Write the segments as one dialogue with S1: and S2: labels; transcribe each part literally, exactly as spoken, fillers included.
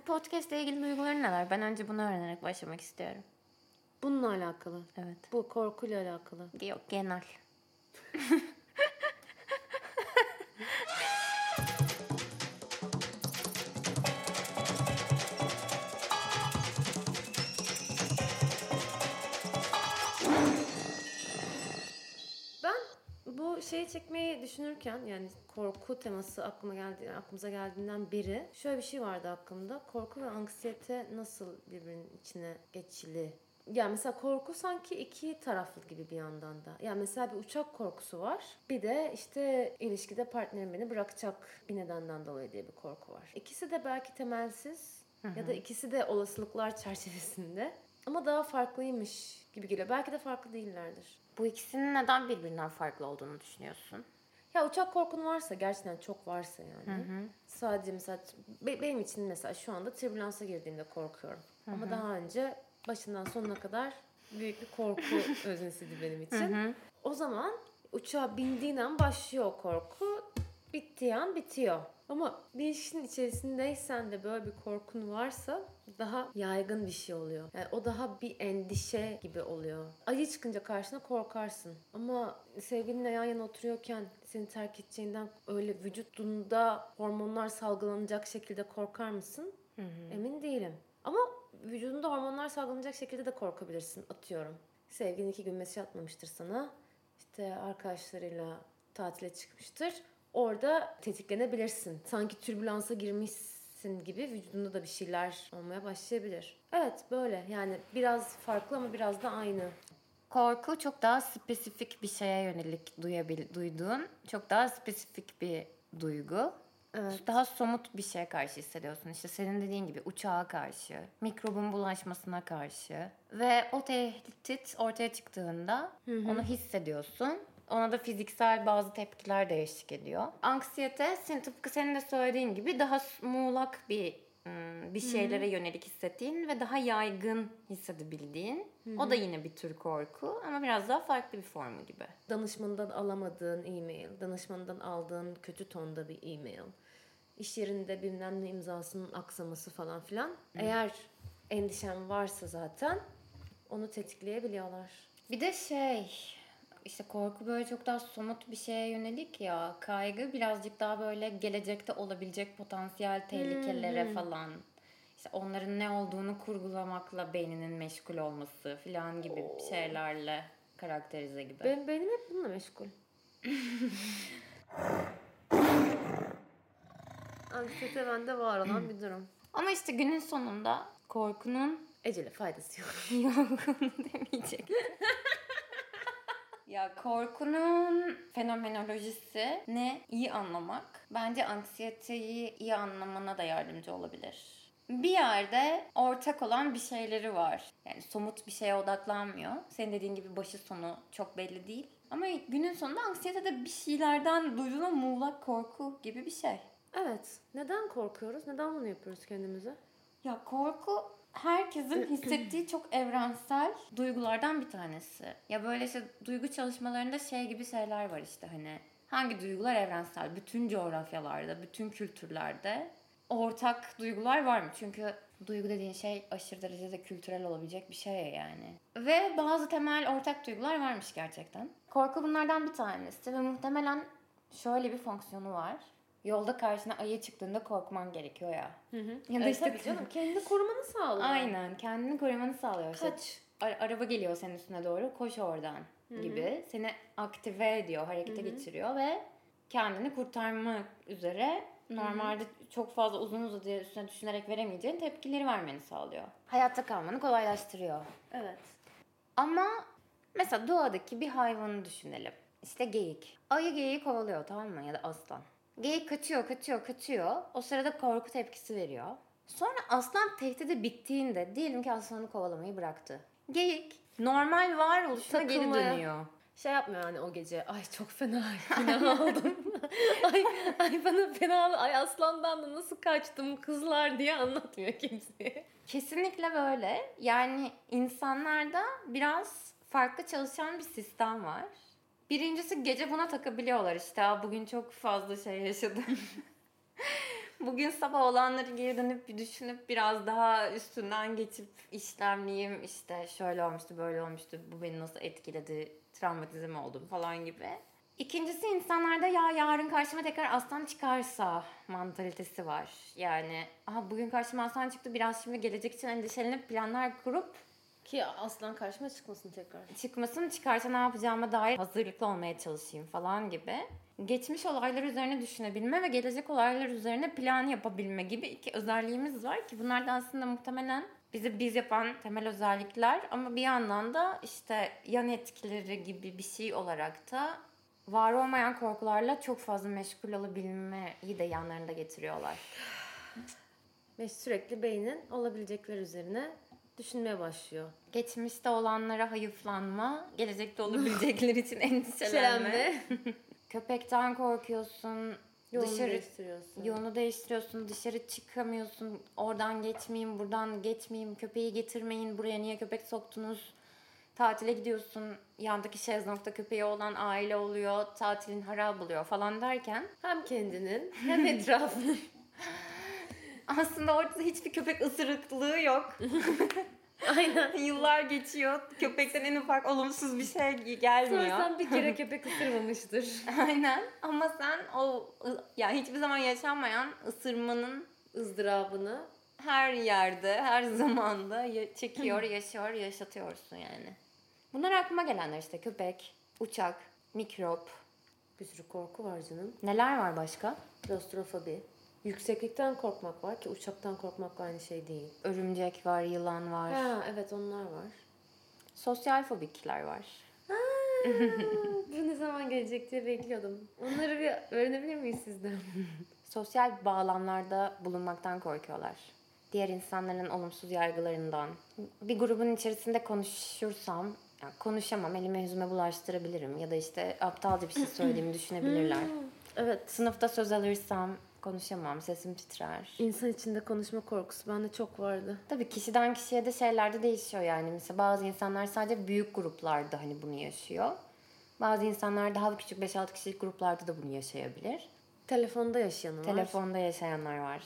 S1: podcast ile ilgili duyguların neler? Ben önce bunu öğrenerek başlamak istiyorum.
S2: Bununla alakalı.
S1: Evet.
S2: Bu korkuyla alakalı.
S1: Yok, genel.
S2: Bu şeyi çekmeyi düşünürken, yani korku teması aklıma geldi, aklımıza geldiğinden beri şöyle bir şey vardı aklımda. Korku ve anksiyete nasıl birbirinin içine geçili? Yani mesela korku sanki iki taraflı gibi bir yandan da. Yani mesela bir uçak korkusu var. Bir de işte ilişkide partnerim beni bırakacak bir nedenden dolayı diye bir korku var. İkisi de belki temelsiz, hı hı, ya da ikisi de olasılıklar çerçevesinde. Ama daha farklıymış gibi geliyor. Belki de farklı değillerdir.
S1: Bu ikisinin neden birbirinden farklı olduğunu düşünüyorsun?
S2: Ya uçak korkun varsa, gerçekten çok varsa yani. Hı hı. Sadece mesela benim için mesela şu anda türbülansa girdiğimde korkuyorum. Hı hı. Ama daha önce başından sonuna kadar büyük bir korku öznesiydi benim için. Hı hı. O zaman uçağa bindiğin an başlıyor o korku. Bittiği an bitiyor. Ama bir işin içerisindeysen de böyle bir korkun varsa daha yaygın bir şey oluyor. Yani o daha bir endişe gibi oluyor. Ayı çıkınca karşına korkarsın. Ama sevgilinle yan yana oturuyorken seni terk edeceğinden öyle vücudunda hormonlar salgılanacak şekilde korkar mısın? Hı hı. Emin değilim. Ama vücudunda hormonlar salgılanacak şekilde de korkabilirsin, atıyorum. Sevgilin iki gün mesaj atmamıştır sana. İşte arkadaşlarıyla tatile çıkmıştır. Orada tetiklenebilirsin. Sanki türbülansa girmişsin gibi vücudunda da bir şeyler olmaya başlayabilir. Evet, böyle. Yani biraz farklı ama biraz da aynı.
S1: Korku çok daha spesifik bir şeye yönelik duyabil, duyduğun, çok daha spesifik bir duygu. Evet. Daha somut bir şeye karşı hissediyorsun. İşte senin dediğin gibi uçağa karşı, mikrobun bulaşmasına karşı ve o tehdit ortaya çıktığında, hı hı, onu hissediyorsun. Ona da fiziksel bazı tepkiler de eşlik ediyor. Anksiyete, tıpkı senin de söylediğin gibi daha muğlak bir bir şeylere, hı-hı, yönelik hissettiğin ve daha yaygın hissedebildiğin. Hı-hı. O da yine bir tür korku ama biraz daha farklı bir formu gibi.
S2: Danışmanından alamadığın e-mail, danışmanından aldığın kötü tonda bir e-mail, iş yerinde bilmem ne imzasının aksaması falan filan. Hı. Eğer endişen varsa zaten onu tetikleyebiliyorlar.
S1: Bir de şey, işte korku böyle çok daha somut bir şeye yönelik ya. Kaygı birazcık daha böyle gelecekte olabilecek potansiyel tehlikelere, hmm, falan. İşte onların ne olduğunu kurgulamakla beyninin meşgul olması falan gibi Oo. şeylerle karakterize gibi.
S2: Ben, benim hep bununla meşgul. Anksiyete bende var olan bir durum.
S1: Ama işte günün sonunda korkunun
S2: ecele faydası yok.
S1: Yok, onu demeyecektim. Ya korkunun fenomenolojisini iyi anlamak bence anksiyeteyi iyi anlamana da yardımcı olabilir. Bir yerde ortak olan bir şeyleri var. Yani somut bir şeye odaklanmıyor. Senin dediğin gibi başı sonu çok belli değil. Ama günün sonunda anksiyete de bir şeylerden duyduğun muğlak korku gibi bir şey.
S2: Evet. Neden korkuyoruz? Neden bunu yapıyoruz kendimize?
S1: Ya korku herkesin hissettiği çok evrensel duygulardan bir tanesi. Ya böyle işte duygu çalışmalarında şey gibi şeyler var işte hani. Hangi duygular evrensel? Bütün coğrafyalarda, bütün kültürlerde ortak duygular var mı? Çünkü duygu dediğin şey aşırı derecede kültürel olabilecek bir şey yani. Ve bazı temel ortak duygular varmış gerçekten. Korku bunlardan bir tanesi ve muhtemelen şöyle bir fonksiyonu var. Yolda karşına ayı çıktığında korkman gerekiyor ya.
S2: Hı hı. Ya da işte tabii canım, kendini korumanı sağlıyor.
S1: Aynen, kendini korumanı sağlıyor.
S2: Kaç.
S1: İşte, araba geliyor senin üstüne doğru, koş oradan, hı hı, gibi. Seni aktive ediyor, harekete, hı hı, geçiriyor ve kendini kurtarmak üzere normalde, hı hı, çok fazla uzun uzadıya üstüne düşünerek veremeyeceğin tepkileri vermeni sağlıyor. Hayatta kalmanı kolaylaştırıyor.
S2: Evet.
S1: Ama mesela doğadaki bir hayvanı düşünelim. İşte geyik. Ayı geyiği kovalıyor, tamam mı? Ya da aslan. Geyik kaçıyor, kaçıyor, kaçıyor. O sırada korku tepkisi veriyor. Sonra aslan tehdidi bittiğinde, diyelim ki aslanı kovalamayı bıraktı. Geyik normal varoluşuna geri dönüyor.
S2: Şey yapmıyor hani o gece. Ay çok fena, fena oldum. ay, ay bana fena, ay aslandan da nasıl kaçtım kızlar diye anlatmıyor kimseye.
S1: Kesinlikle böyle. Yani insanlarda biraz farklı çalışan bir sistem var. Birincisi, gece buna takabiliyorlar işte. Bugün çok fazla şey yaşadım. Bugün bugün sabah olanları geri dönüp bir düşünüp biraz daha üstünden geçip işlemleyeyim. İşte şöyle olmuştu, böyle olmuştu, bu beni nasıl etkiledi, travmatize mi oldum falan gibi. İkincisi, insanlarda ya yarın karşıma tekrar aslan çıkarsa mantalitesi var. Yani aha bugün karşıma aslan çıktı, biraz şimdi gelecek için endişelenip planlar kurup
S2: Ki aslan karşıma çıkmasın tekrar.
S1: çıkmasın, çıkarsa ne yapacağıma dair hazırlıklı olmaya çalışayım falan gibi. Geçmiş olaylar üzerine düşünebilme ve gelecek olaylar üzerine plan yapabilme gibi iki özelliğimiz var ki bunlar da aslında muhtemelen bizi biz yapan temel özellikler ama bir yandan da işte yan etkileri gibi bir şey olarak da var olmayan korkularla çok fazla meşgul olabilmeyi de yanlarında getiriyorlar.
S2: Ve sürekli beynin olabilecekler üzerine düşünmeye başlıyor.
S1: Geçmişte olanlara hayıflanma, gelecekte olabilecekler için endişelenme.
S2: Şelenme.
S1: Köpekten korkuyorsun,
S2: Yolunu
S1: dışarı
S2: değiştiriyorsun.
S1: yolunu değiştiriyorsun, dışarı çıkamıyorsun, oradan geçmeyeyim, buradan geçmeyeyim, köpeği getirmeyin, buraya niye köpek soktunuz? Tatile gidiyorsun, yandaki şezlongda köpeği olan aile oluyor, tatilin harap oluyor falan derken
S2: Hem kendinin hem etrafının.
S1: aslında orada hiçbir köpek ısırıklığı yok.
S2: Aynen.
S1: Yıllar geçiyor, köpekten en ufak olumsuz bir şey gelmiyor.
S2: Sorsan bir kere köpek ısırmamıştır.
S1: Aynen, ama sen o yani hiçbir zaman yaşanmayan ısırmanın
S2: ızdırabını
S1: her yerde, her zamanda ya- çekiyor, yaşıyor, yaşatıyorsun yani. Bunlar aklıma gelenler işte: köpek, uçak, mikrop.
S2: bir sürü korku var canım.
S1: Neler var başka?
S2: Klostrofobi. Yükseklikten korkmak var ki uçaktan korkmak aynı şey değil.
S1: Örümcek var, yılan var.
S2: Ha evet, onlar var.
S1: Sosyal fobikler var.
S2: Bu ne zaman gelecek diye bekliyordum. Onları bir öğrenebilir miyiz sizden?
S1: Sosyal bağlamlarda bulunmaktan korkuyorlar. Diğer insanların olumsuz yargılarından. Bir grubun içerisinde konuşursam, yani konuşamam, elime yüzüme bulaştırabilirim. Ya da işte aptalca bir şey söylediğimi düşünebilirler.
S2: Evet.
S1: Sınıfta söz alırsam konuşamam, sesim titrer.
S2: İnsan içinde konuşma korkusu bende çok vardı.
S1: Tabii kişiden kişiye de şeyler de değişiyor yani. Mesela bazı insanlar sadece büyük gruplarda hani bunu yaşıyor. Bazı insanlar daha küçük beş altı kişilik gruplarda da bunu yaşayabilir.
S2: Telefonda yaşayanı var.
S1: Telefonda yaşayanlar var.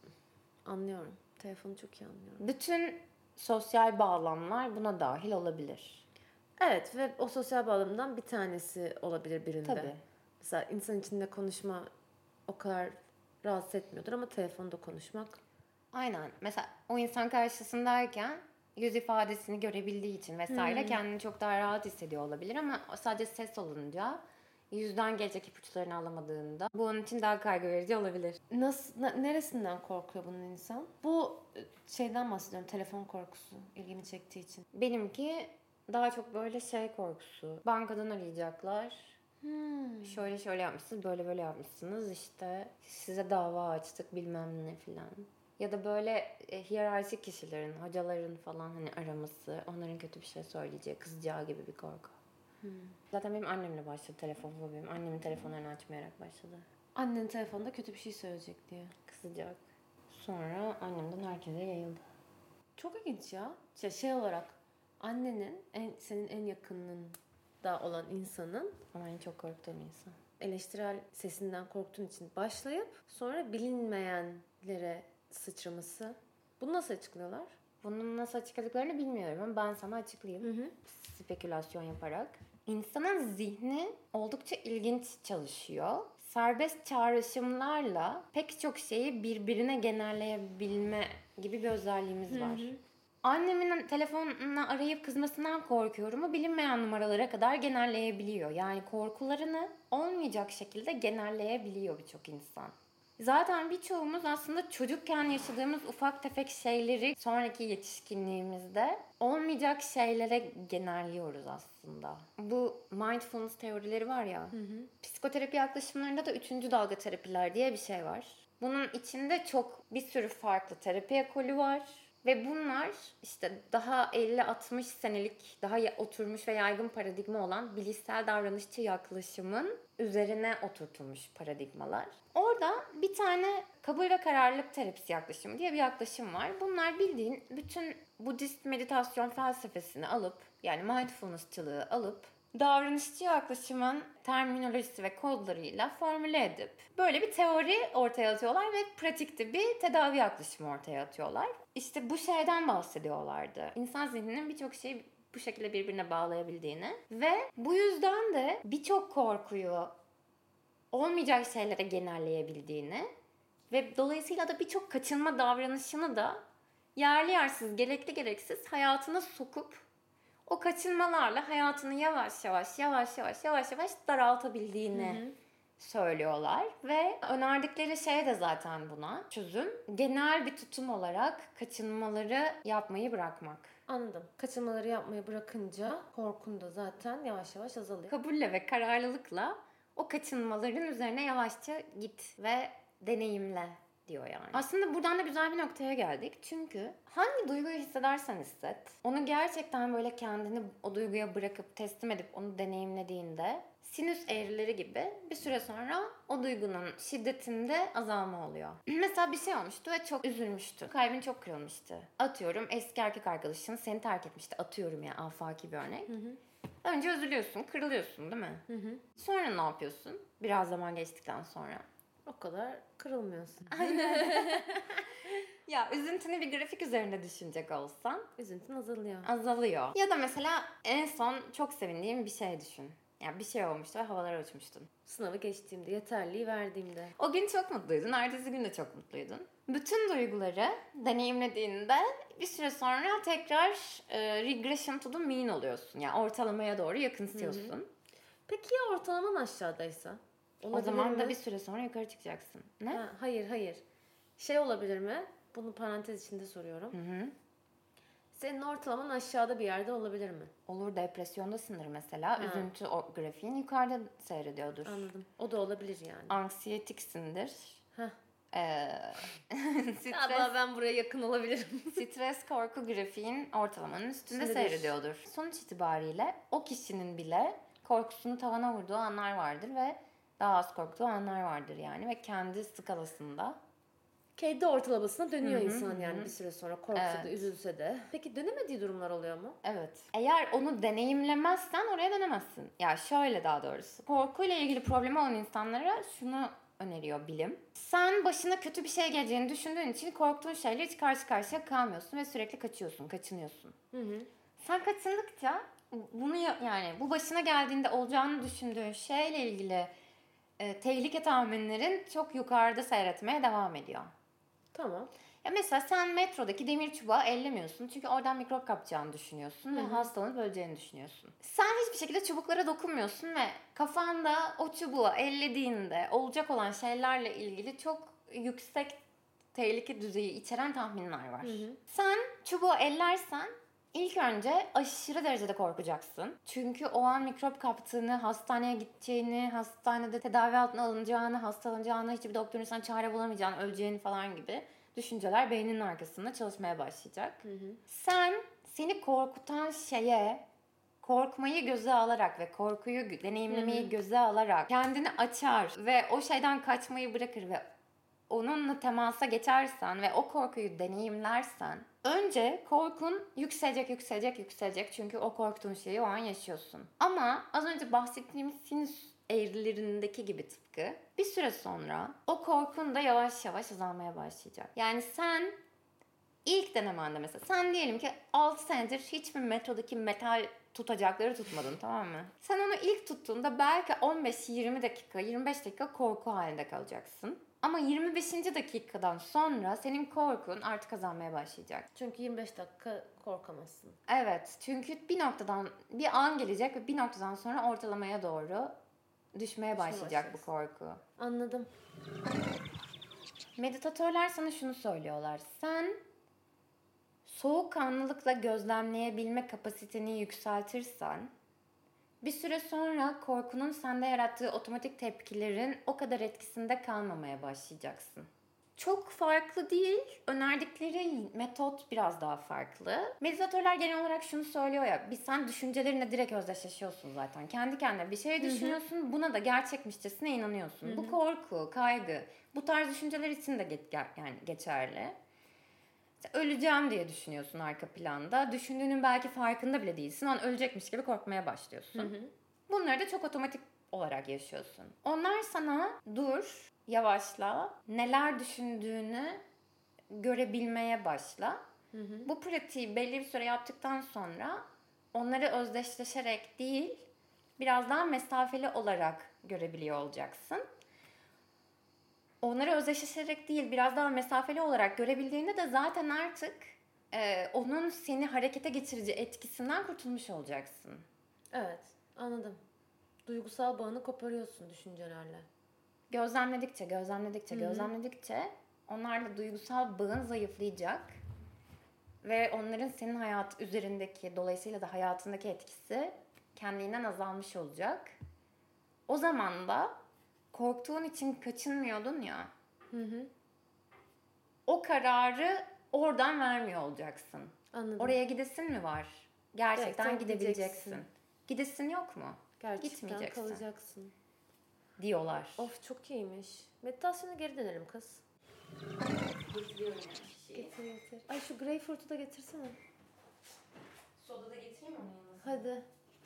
S2: Anlıyorum. Telefonu çok iyi anlıyorum.
S1: Bütün sosyal bağlamlar buna dahil olabilir.
S2: Evet ve o sosyal bağlamdan bir tanesi olabilir birinde.
S1: Tabii.
S2: Mesela insan içinde konuşma o kadar rahatsız etmiyordur ama telefonda konuşmak.
S1: Aynen. Mesela o insan karşısındayken yüz ifadesini görebildiği için vesaire kendini çok daha rahat hissediyor olabilir ama sadece ses olunca yüzden gelecek ipuçlarını alamadığında bu onun için daha kaygı verici olabilir.
S2: Nasıl, ne- neresinden korkuyor bunun insan? Bu e, şeyden bahsediyorum, telefon korkusu ilgimi çektiği için.
S1: Benimki daha çok böyle şey korkusu. Bankadan arayacaklar.
S2: Hmm.
S1: Şöyle şöyle yapmışsınız, böyle böyle yapmışsınız. İşte size dava açtık bilmem ne filan. Ya da böyle e, hiyerarşik kişilerin, hocaların falan hani araması, onların kötü bir şey söyleyeceği, kızacağı gibi bir korku.
S2: Hmm.
S1: Zaten benim annemle başladı telefon fobim. Annemin telefonlarını açmayarak başladı.
S2: Annen telefonda kötü bir şey söyleyecek diye.
S1: Kızacak. Sonra annemden herkese yayıldı.
S2: Çok ilginç ya. Şey, şey olarak annenin en, senin en yakınında olan insanın
S1: Ama en çok korktuğum insan.
S2: eleştirel sesinden korktuğun için başlayıp sonra bilinmeyenlere sıçraması. Bunu nasıl açıklıyorlar?
S1: Bunun nasıl açıkladıklarını bilmiyorum ama ben sana açıklayayım.
S2: Hı hı.
S1: Spekülasyon yaparak. İnsanın zihni oldukça ilginç çalışıyor. Serbest çağrışımlarla pek çok şeyi birbirine genelleyebilme gibi bir özelliğimiz var. Annemin telefonla arayıp kızmasından korkuyorum. O bilinmeyen numaralara kadar genelleyebiliyor. Yani korkularını olmayacak şekilde genelleyebiliyor birçok insan. Zaten birçoğumuz aslında çocukken yaşadığımız ufak tefek şeyleri sonraki yetişkinliğimizde olmayacak şeylere genelliyoruz aslında. Bu mindfulness teorileri var ya,
S2: Hı hı.
S1: psikoterapi yaklaşımlarında da üçüncü dalga terapiler diye bir şey var. Bunun içinde çok bir sürü farklı terapi ekolü var. Ve bunlar işte daha elli altmış senelik daha ya- oturmuş ve yaygın paradigma olan bilişsel davranışçı yaklaşımın üzerine oturtulmuş paradigmalar. Orada bir tane kabul ve kararlılık terapisi yaklaşımı diye bir yaklaşım var. Bunlar bildiğin bütün Budist meditasyon felsefesini alıp, yani mindfulnessçılığı alıp davranışçı yaklaşımın terminolojisi ve kodlarıyla formüle edip böyle bir teori ortaya atıyorlar ve pratikte bir tedavi yaklaşımı ortaya atıyorlar. İşte bu şeyden bahsediyorlardı. İnsan zihninin birçok şeyi bu şekilde birbirine bağlayabildiğini ve bu yüzden de birçok korkuyu olmayacak şeylere genelleyebildiğini ve dolayısıyla da birçok kaçınma davranışını da yerli yersiz, gerekli gereksiz hayatına sokup o kaçınmalarla hayatını yavaş yavaş, yavaş yavaş, yavaş yavaş daraltabildiğini hı hı. söylüyorlar. Ve önerdikleri şey de zaten buna çözüm. Genel bir tutum olarak kaçınmaları yapmayı bırakmak.
S2: Anladım. Kaçınmaları yapmayı bırakınca korkun da zaten yavaş yavaş azalıyor.
S1: Kabulle ve kararlılıkla o kaçınmaların üzerine yavaşça git ve deneyimle diyor yani. Aslında buradan da güzel bir noktaya geldik. Çünkü hangi duyguyu hissedersen hisset, onu gerçekten böyle kendini o duyguya bırakıp teslim edip onu deneyimlediğinde sinüs eğrileri gibi bir süre sonra o duygunun şiddetinde azalma oluyor. Mesela bir şey olmuştu ve çok üzülmüştün. Kalbin çok kırılmıştı. Atıyorum eski erkek arkadaşın seni terk etmişti. Atıyorum ya, afaki bir örnek. Hı hı. Önce üzülüyorsun, kırılıyorsun değil mi? Hı hı. Sonra ne yapıyorsun? Biraz zaman geçtikten sonra.
S2: O kadar kırılmıyorsun.
S1: Ya üzüntünü bir grafik üzerinde düşünecek olsan
S2: üzüntün azalıyor.
S1: Azalıyor. Ya da mesela en son çok sevindiğim bir şey düşün. Yani bir şey olmuştu ve havalara uçmuştun.
S2: Sınavı geçtiğimde, yeterliği verdiğimde.
S1: O gün çok mutluydun, ertesi gün de çok mutluydun. Bütün duyguları deneyimlediğinde bir süre sonra tekrar e, regression to the mean oluyorsun. Yani ortalamaya doğru yakınsıyorsun. Hı hı.
S2: Peki ya ortalaman aşağıdaysa?
S1: Olabilir o zaman mi? Da bir süre sonra yukarı çıkacaksın. Ne?
S2: Ha, hayır hayır. Şey olabilir mi? Bunu parantez içinde soruyorum. Hı hı. Senin ortalaman aşağıda bir yerde olabilir mi?
S1: Olur, depresyondasındır mesela. Ha. Üzüntü o grafiğin yukarıda seyrediyordur.
S2: Anladım. O da olabilir yani.
S1: Anksiyetiksindir.
S2: Heh.
S1: Ee,
S2: stres, Abla ben buraya yakın olabilirim.
S1: Stres korku grafiğin ortalamanın üstünde Sinir. seyrediyordur. Sonuç itibariyle o kişinin bile korkusunu tavana vurduğu anlar vardır ve daha az korktuğu anlar vardır yani ve kendi skalasında.
S2: Kendi ortalamasına dönüyor hı hı, insan yani hı. bir süre sonra korksa evet. da üzülse de. Peki dönemediği durumlar oluyor mu?
S1: Evet. Eğer onu deneyimlemezsen oraya dönemezsin. Ya şöyle daha doğrusu. Korkuyla ilgili problemi olan insanlara şunu öneriyor bilim. Sen başına kötü bir şey geleceğini düşündüğün için korktuğun şeyle hiç karşı karşıya kalmıyorsun ve sürekli kaçıyorsun, kaçınıyorsun. Hı hı. Sen kaçındıkça bunu yani bu başına geldiğinde olacağını düşündüğün şeyle ilgili e, tehlike tahminlerin çok yukarıda seyretmeye devam ediyor.
S2: Tamam.
S1: Ya mesela sen metrodaki demir çubuğa ellemiyorsun. Çünkü oradan mikrop kapacağını düşünüyorsun. Hı-hı. Ve hastalanıp öleceğini düşünüyorsun. Sen hiçbir şekilde çubuklara dokunmuyorsun ve kafanda o çubuğu ellediğinde olacak olan şeylerle ilgili çok yüksek tehlike düzeyi içeren tahminler var. Hı-hı. Sen çubuğu ellersen ilk önce aşırı derecede korkacaksın. Çünkü o an mikrop kaptığını, hastaneye gideceğini, hastanede tedavi altına alınacağını, hastalanacağını, hiçbir doktorun sana çare bulamayacağını, öleceğini falan gibi düşünceler beyninin arkasında çalışmaya başlayacak. Hı hı. Sen seni korkutan şeye korkmayı göze alarak ve korkuyu deneyimlemeyi hı hı. göze alarak kendini açar ve o şeyden kaçmayı bırakır ve onunla temasa geçersen ve o korkuyu deneyimlersen önce korkun yükselecek, yükselecek, yükselecek. Çünkü o korktuğun şeyi o an yaşıyorsun. Ama az önce bahsettiğimiz sinüs eğrilerindeki gibi tıpkı bir süre sonra o korkun da yavaş yavaş azalmaya başlayacak. Yani sen ilk denemende mesela sen diyelim ki altı senedir hiçbir metrodaki metal tutacakları tutmadın, tamam mı? Sen onu ilk tuttuğunda belki on beş yirmi dakika, yirmi beş dakika korku halinde kalacaksın. Ama yirmi beşinci dakikadan sonra senin korkun artık azalmaya başlayacak.
S2: Çünkü yirmi beş dakika korkamazsın.
S1: Evet. Çünkü bir noktadan bir an gelecek ve bir noktadan sonra ortalamaya doğru düşmeye başlayacak bu korku.
S2: Anladım.
S1: Meditatörler sana şunu söylüyorlar. Sen soğukkanlılıkla gözlemleyebilme kapasiteni yükseltirsen bir süre sonra korkunun sende yarattığı otomatik tepkilerin o kadar etkisinde kalmamaya başlayacaksın. Çok farklı değil. Önerdikleri metot biraz daha farklı. Meditatörler genel olarak şunu söylüyor ya, biz sen düşüncelerinle direkt özdeşleşiyorsun zaten. Kendi kendine bir şey düşünüyorsun, hı hı. buna da gerçekmişçesine inanıyorsun. Hı hı. Bu korku, kaygı, bu tarz düşünceler için de ge- yani geçerli. İşte öleceğim diye düşünüyorsun arka planda. Düşündüğünün belki farkında bile değilsin. O an ölecekmiş gibi korkmaya başlıyorsun. Hı hı. Bunları da çok otomatik olarak yaşıyorsun. Onlar sana dur, yavaşla, neler düşündüğünü görebilmeye başla. Hı hı. Bu pratiği belli bir süre yaptıktan sonra onları özdeşleşerek değil, biraz daha mesafeli olarak görebiliyor olacaksın. Onları özdeşleşerek değil, biraz daha mesafeli olarak görebildiğinde de zaten artık e, onun seni harekete geçirici etkisinden kurtulmuş olacaksın.
S2: Evet, anladım. Duygusal bağını koparıyorsun düşüncelerle.
S1: Gözlemledikçe, gözlemledikçe, Hı-hı. gözlemledikçe onlarla duygusal bağın zayıflayacak. Ve onların senin hayat üzerindeki, dolayısıyla da hayatındaki etkisi kendiliğinden azalmış olacak. O zaman da korktuğun için kaçınmıyordun ya. Hı hı. O kararı oradan vermiyor olacaksın. Anladım. Oraya gidesin mi var? Gerçekten, Gerçekten gidebileceksin. Gidesin yok mu?
S2: Gerçekten
S1: Gitmeyeceksin.
S2: Kalacaksın.
S1: Diyorlar.
S2: Of çok iyiymiş. Meditasyona geri dönelim kız.
S1: Getiriyorum
S2: yani Getir getir. Ay şu greyfurt'u da getirsene.
S1: Soda da getireyim mi onun yanına?
S2: Hadi.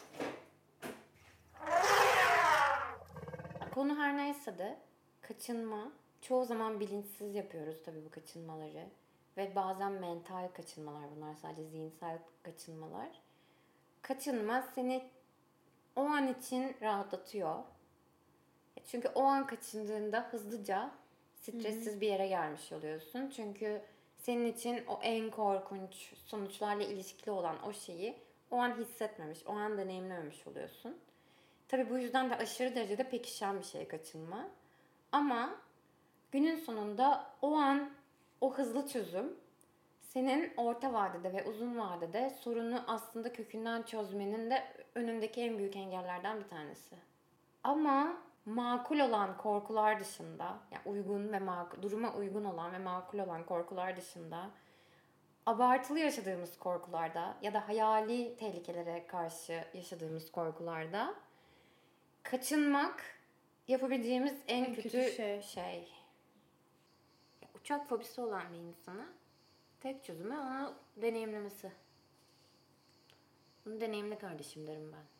S1: Konu her neyse de kaçınma. Çoğu zaman bilinçsiz yapıyoruz tabii bu kaçınmaları. Ve bazen mental kaçınmalar bunlar. Sadece zihinsel kaçınmalar. Kaçınma seni o an için rahatlatıyor. Çünkü o an kaçındığında hızlıca stressiz Hı-hı. bir yere gelmiş oluyorsun. Çünkü senin için o en korkunç sonuçlarla ilişkili olan o şeyi o an hissetmemiş, o an deneyimlememiş oluyorsun. Tabii bu yüzden de aşırı derecede pekişen bir şey kaçınma. Ama günün sonunda o an o hızlı çözüm senin orta vadede ve uzun vadede sorunu aslında kökünden çözmenin de önündeki en büyük engellerden bir tanesi. Ama makul olan korkular dışında, yani uygun ve makul, duruma uygun olan ve makul olan korkular dışında abartılı yaşadığımız korkularda ya da hayali tehlikelere karşı yaşadığımız korkularda kaçınmak yapabileceğimiz en, en kötü, kötü şey. şey. Uçak fobisi olan bir insana tek çözümü onu deneyimlemesi. Bunu deneyimle kardeşim derim ben.